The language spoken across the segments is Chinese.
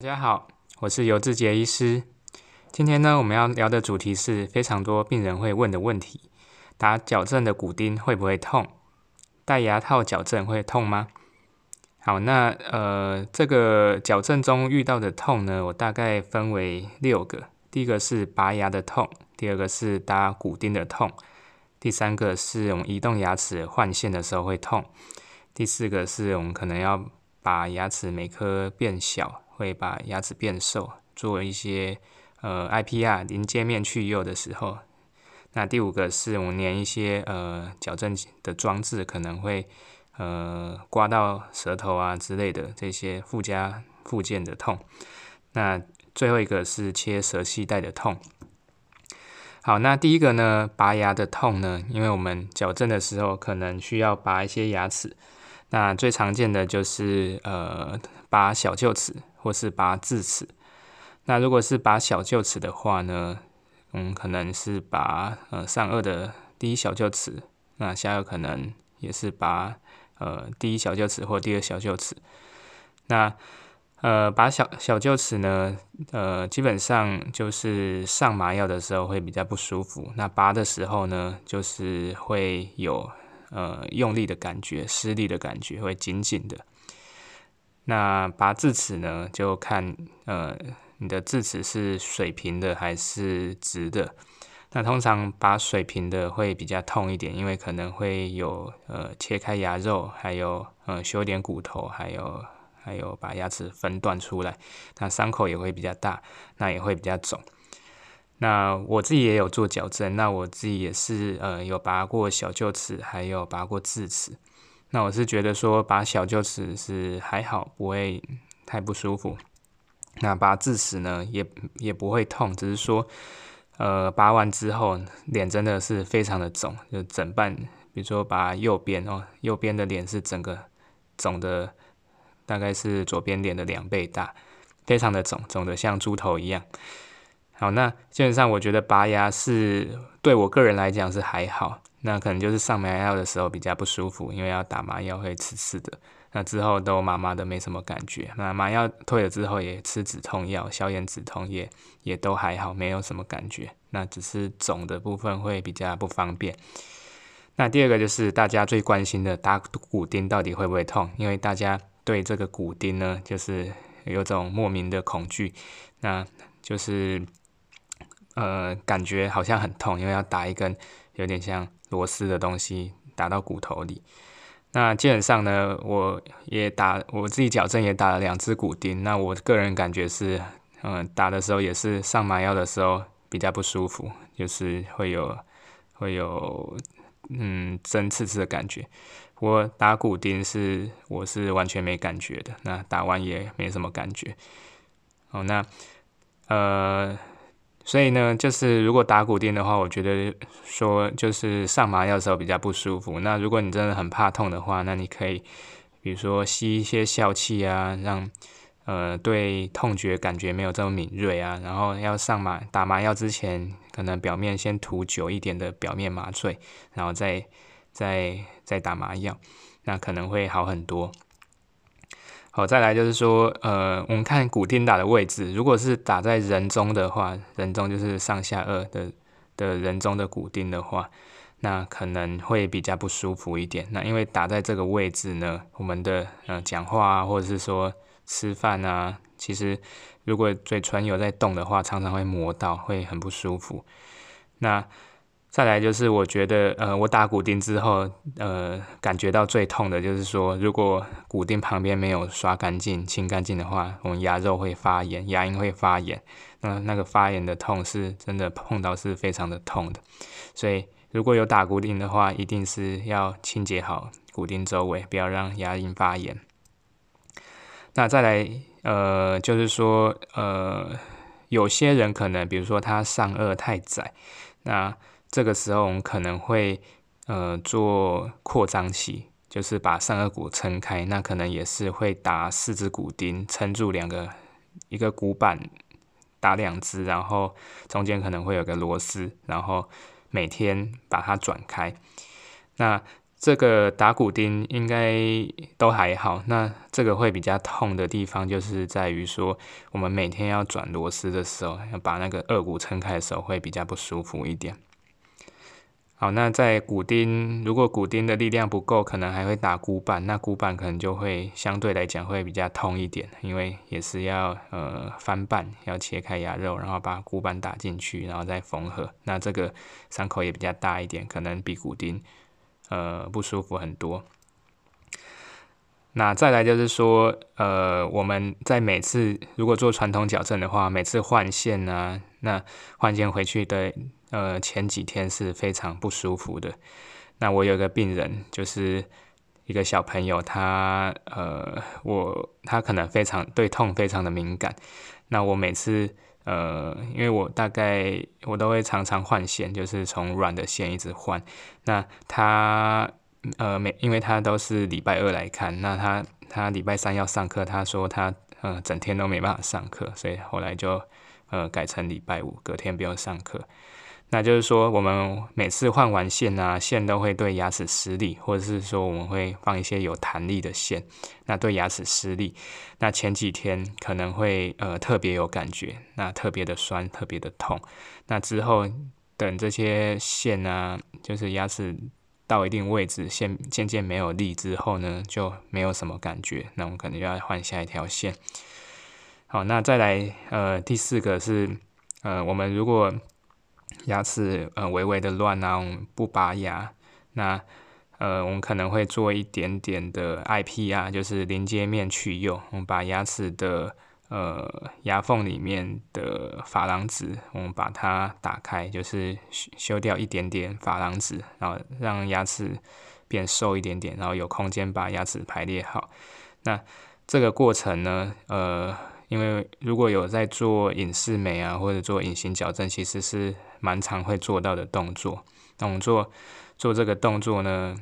大家好，我是尤志杰医师。今天呢，我们要聊的主题是非常多病人会问的问题：打矫正的骨钉会不会痛？戴牙套矫正会痛吗？好，那这个矫正中遇到的痛呢，我大概分为6个。第一个是拔牙的痛，第二个是打骨钉的痛，第三个是我们移动牙齿换线的时候会痛，第四个是我们可能要把牙齿每颗变小，会把牙齿变瘦，做一些IPR 临界面去釉的时候。那第5个是我们粘一些矫正的装置，可能会刮到舌头啊之类的这些附件的痛。那最后一个是切舌系带的痛。好，那第一个呢，拔牙的痛呢，因为我们矫正的时候可能需要拔一些牙齿，那最常见的就是拔小臼齿或是拔智齿。那如果是拔小臼齿的话呢，可能是拔上颚的第一小臼齿，那下颚可能也是拔第一小臼齿或第二小臼齿。那拔小臼齿呢，基本上就是上麻药的时候会比较不舒服。那拔的时候呢，就是会有用力的感觉、施力的感觉，会紧紧的。那拔智齿呢，就看你的智齿是水平的还是直的。那通常拔水平的会比较痛一点，因为可能会有切开牙肉，还有修点骨头，还有把牙齿分段出来，那伤口也会比较大，那也会比较肿。那我自己也有做矫正，那我自己也是有拔过小臼齿，还有拔过智齿。那我是觉得说拔小臼齿是还好，不会太不舒服。那拔智齿呢，也不会痛，只是说拔完之后脸真的是非常的肿，就整半，比如说拔右边右边的脸是整个肿的，大概是左边脸的2倍大，非常的肿，肿的像猪头一样。好，那基本上我觉得拔牙是对我个人来讲是还好，那可能就是上麻药的时候比较不舒服，因为要打麻药会刺刺的。那之后都麻麻的，没什么感觉。那麻药退了之后，也吃止痛药、消炎止痛也都还好，没有什么感觉。那只是肿的部分会比较不方便。那第二个就是大家最关心的打骨钉到底会不会痛？因为大家对这个骨钉呢，就是有种莫名的恐惧，那就是感觉好像很痛，因为要打一根有点像螺丝的东西打到骨头里。那基本上呢，我自己矫正也打了2支骨钉。那我个人感觉是，打的时候也是上麻药的时候比较不舒服，就是会有针刺刺的感觉。不过打骨钉我是完全没感觉的，那打完也没什么感觉。好，那所以呢，就是如果打骨钉的话，我觉得说就是上麻药的时候比较不舒服。那如果你真的很怕痛的话，那你可以比如说吸一些笑气啊，让对痛觉感觉没有这么敏锐啊。然后要打麻药之前，可能表面先涂久一点的表面麻醉，然后再打麻药，那可能会好很多。好，再来就是说，我们看骨钉打的位置，如果是打在人中的话，人中就是上下颚的人中的骨钉的话，那可能会比较不舒服一点。那因为打在这个位置呢，我们的讲话啊，或者是说吃饭啊，其实如果嘴唇有在动的话，常常会磨到，会很不舒服。那再来就是我觉得，我打骨钉之后，感觉到最痛的就是说，如果骨钉旁边没有刷干净、清干净的话，我们牙肉会发炎，牙龈会发炎。那个发炎的痛是真的碰到是非常的痛的，所以如果有打骨钉的话，一定是要清洁好骨钉周围，不要让牙龈发炎。那再来，就是说，有些人可能，比如说他上颚太窄，那这个时候我们可能会做扩张器，就是把上颚骨撑开，那可能也是会打4支骨钉撑住一个骨板打2支，然后中间可能会有个螺丝，然后每天把它转开。那这个打骨钉应该都还好，那这个会比较痛的地方就是在于说，我们每天要转螺丝的时候，要把那个颚骨撑开的时候会比较不舒服一点。好，那在骨钉，如果骨钉的力量不够，可能还会打骨板，那骨板可能就会相对来讲会比较痛一点，因为也是要翻瓣，要切开牙肉，然后把骨板打进去，然后再缝合，那这个伤口也比较大一点，可能比骨钉不舒服很多。那再来就是说，我们在每次如果做传统矫正的话，每次换线啊，那换线回去的前几天是非常不舒服的。那我有个病人，就是一个小朋友，他可能对痛非常的敏感。那我每次因为我都会常常换线，就是从软的线一直换。那因为他都是礼拜二来看，那他礼拜三要上课，他说他整天都没办法上课，所以后来就改成礼拜五，隔天不用上课。那就是说，我们每次换完线啊，线都会对牙齿施力，或者是说我们会放一些有弹力的线，那对牙齿施力。那前几天可能会特别有感觉，那特别的酸，特别的痛。那之后等这些线啊，就是牙齿到一定位置，线渐渐没有力之后呢，就没有什么感觉，那我们可能就要换下一条线。好，那再来第四个是我们如果牙齿微微的乱啊，我们不拔牙，那我们可能会做一点点的 IPR，就是临接面去釉，我们把牙齿的牙缝里面的珐琅质，我们把它打开，就是修掉一点点珐琅质，然后让牙齿变瘦一点点，然后有空间把牙齿排列好。那这个过程呢，因为如果有在做隐适美啊，或者做隐形矫正，其实是蛮常会做到的动作。那我们做这个动作呢，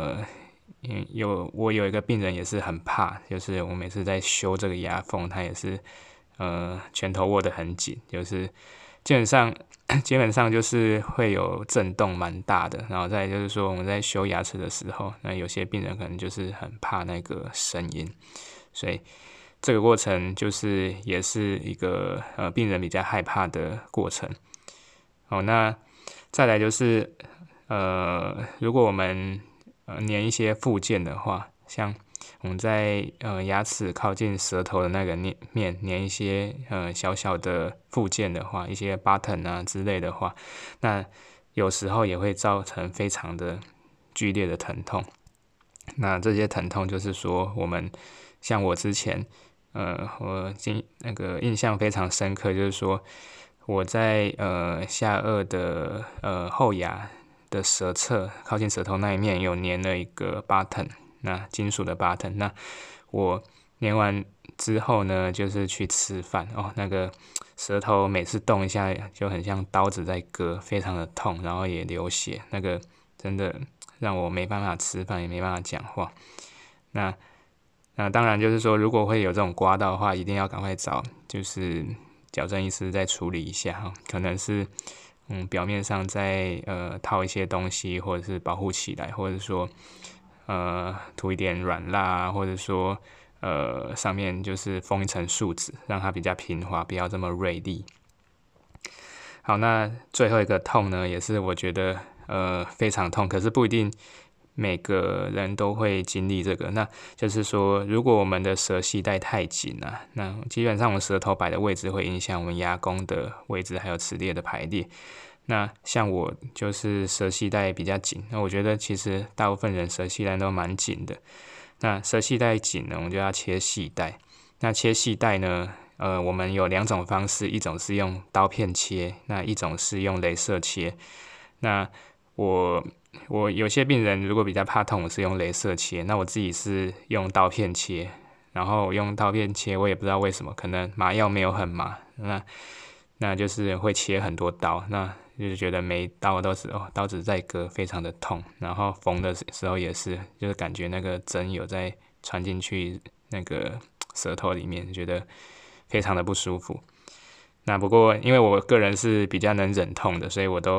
我有一个病人也是很怕，就是我每次在修这个牙缝，他也是拳头握得很紧，就是基本上就是会有震动蛮大的。然后再就是说我们在修牙齿的时候，那有些病人可能就是很怕那个声音，所以这个过程就是也是一个病人比较害怕的过程。好，那再来就是如果我们粘一些附件的话，像我们在牙齿靠近舌头的那个面粘一些小小的附件的话，一些 button 啊之类的话，那有时候也会造成非常的剧烈的疼痛。那这些疼痛就是说，像我之前我印象非常深刻，就是说我在下颚的后牙的舌侧靠近舌头那一面有粘了一个 button， 那金属的 button， 那我粘完之后呢，就是去吃饭哦，那个舌头每次动一下就很像刀子在割，非常的痛，然后也流血，那个真的让我没办法吃饭，也没办法讲话。那当然就是说，如果会有这种刮到的话，一定要赶快找就是矫正医师再处理一下哈，可能是表面上再套一些东西，或者是保护起来，或者说涂一点软蜡，或者说上面就是封一层树脂，让它比较平滑，不要这么锐利。好，那最后一个痛呢，也是我觉得非常痛，可是不一定每个人都会经历这个。那就是说，如果我们的舌系带太紧啊，那基本上我们舌头摆的位置会影响我们牙弓的位置，还有齿列的排列。那像我就是舌系带比较紧，那我觉得其实大部分人舌系带都蛮紧的。那舌系带紧呢，我们就要切系带。那切系带呢，我们有两种方式，一种是用刀片切，那一种是用雷射切。那我有些病人如果比较怕痛，我是用雷射切，那我自己是用刀片切。然后用刀片切，我也不知道为什么，可能麻药没有很麻，那就是会切很多刀，那就是觉得每一刀都是刀子在割，非常的痛。然后缝的时候也是，就是感觉那个针有在穿进去那个舌头里面，觉得非常的不舒服。那不过因为我个人是比较能忍痛的，所以我都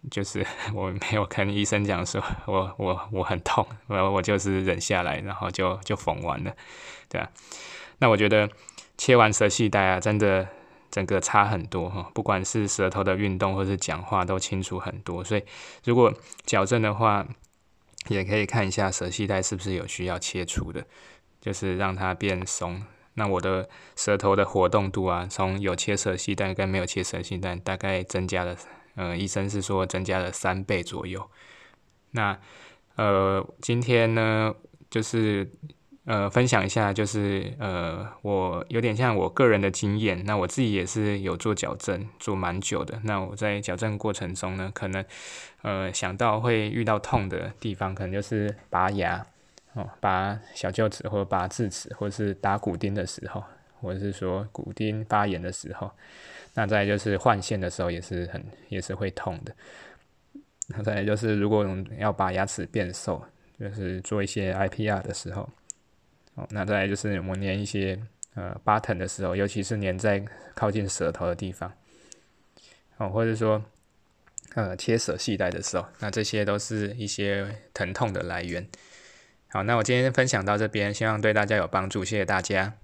就是我没有跟医生讲说我很痛，我就是忍下来，然后就缝完了，对啊。那我觉得切完舌系带啊，真的整个差很多哈，不管是舌头的运动或是讲话都清楚很多。所以如果矫正的话，也可以看一下舌系带是不是有需要切除的，就是让它变松。那我的舌头的活动度啊，从有切舌系带跟没有切舌系带，大概增加了，医生是说增加了3倍左右。那今天呢，就是分享一下，就是我有点像我个人的经验。那我自己也是有做矫正，做蛮久的。那我在矫正过程中呢，可能想到会遇到痛的地方，可能就是拔牙。拔小臼齿或者拔智齿，或者是打骨钉的时候，或者是说骨钉发炎的时候，那再来就是换线的时候也是会痛的。那再来就是如果要把牙齿变瘦，就是做一些 IPR 的时候，那再来就是我们粘一些button 的时候，尤其是粘在靠近舌头的地方，或者说切舌系带的时候，那这些都是一些疼痛的来源。好，那我今天分享到这边，希望对大家有帮助，谢谢大家。